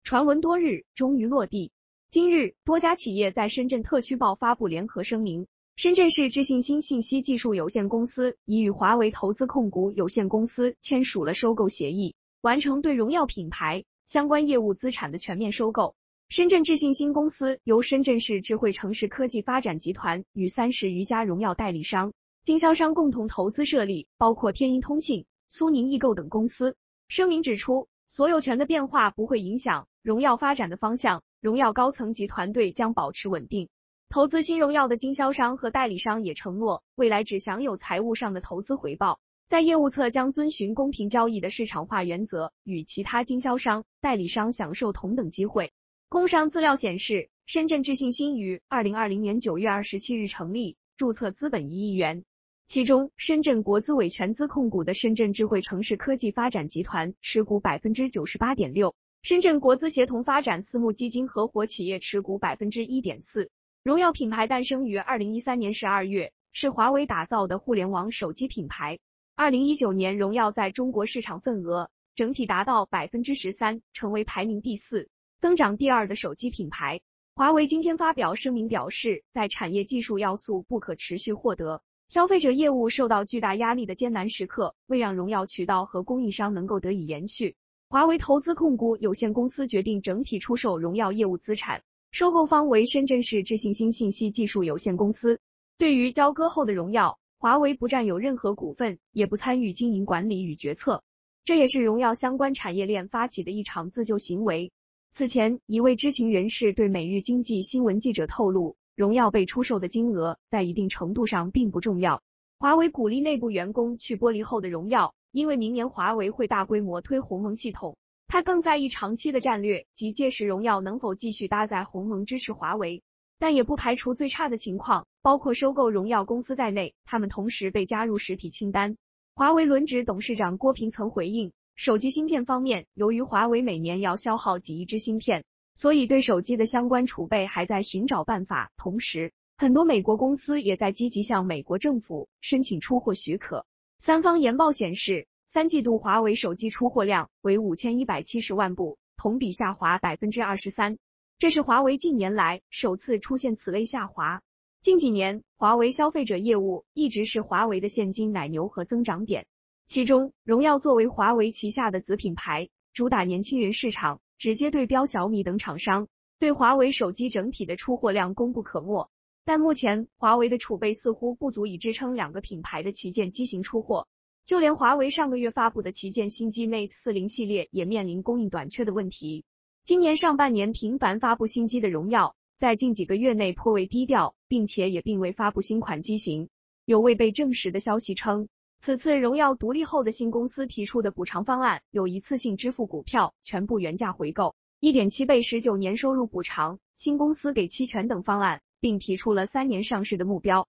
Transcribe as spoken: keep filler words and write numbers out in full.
传闻多日，终于落地。今日，多家企业在深圳特区报发布联合声明，深圳市智信新信息技术有限公司已与华为投资控股有限公司签署了收购协议，完成对荣耀品牌相关业务资产的全面收购。深圳智信新公司由深圳市智慧城市科技发展集团与三十余家荣耀代理商、经销商共同投资设立，包括天鹰通信、苏宁易购等公司。声明指出，所有权的变化不会影响荣耀发展的方向，荣耀高层级团队将保持稳定。投资新荣耀的经销商和代理商也承诺，未来只享有财务上的投资回报，在业务侧将遵循公平交易的市场化原则，与其他经销商、代理商享受同等机会。工商资料显示，深圳智信新于二零二零年九月二十七日成立，注册资本一亿元。其中，深圳国资委全资控股的深圳智慧城市科技发展集团持股 百分之九十八点六， 深圳国资协同发展私募基金合伙企业持股 百分之一点四。 荣耀品牌诞生于二零一三年十二月，是华为打造的互联网手机品牌。二零一九年，荣耀在中国市场份额整体达到 百分之十三， 成为排名第四、增长第二的手机品牌。华为今天发表声明表示，在产业技术要素不可持续获得，消费者业务受到巨大压力的艰难时刻，为让荣耀渠道和供应商能够得以延续，华为投资控股有限公司决定整体出售荣耀业务资产，收购方为深圳市智信新信息技术有限公司。对于交割后的荣耀，华为不占有任何股份，也不参与经营管理与决策，这也是荣耀相关产业链发起的一场自救行为。此前，一位知情人士对每日经济新闻记者透露，荣耀被出售的金额在一定程度上并不重要。华为鼓励内部员工去剥离后的荣耀，因为明年华为会大规模推鸿蒙系统，他更在意长期的战略，即届时荣耀能否继续搭载鸿蒙支持华为。但也不排除最差的情况，包括收购荣耀公司在内，他们同时被加入实体清单。华为轮值董事长郭平曾回应，手机芯片方面，由于华为每年要消耗几亿只芯片，所以对手机的相关储备还在寻找办法，同时很多美国公司也在积极向美国政府申请出货许可。三方研报显示，三季度华为手机出货量为五千一百七十万部，同比下滑 百分之二十三， 这是华为近年来首次出现此类下滑。近几年，华为消费者业务一直是华为的现金奶牛和增长点，其中荣耀作为华为旗下的子品牌，主打年轻人市场，直接对标小米等厂商，对华为手机整体的出货量功不可没。但目前华为的储备似乎不足以支撑两个品牌的旗舰机型出货，就连华为上个月发布的旗舰新机 Mate 四十系列也面临供应短缺的问题。今年上半年频繁发布新机的荣耀，在近几个月内颇为低调，并且也并未发布新款机型。有未被证实的消息称，此次荣耀独立后的新公司提出的补偿方案有一次性支付股票全部原价回购、一点七倍十九年收入补偿、新公司给期权等方案，并提出了三年上市的目标。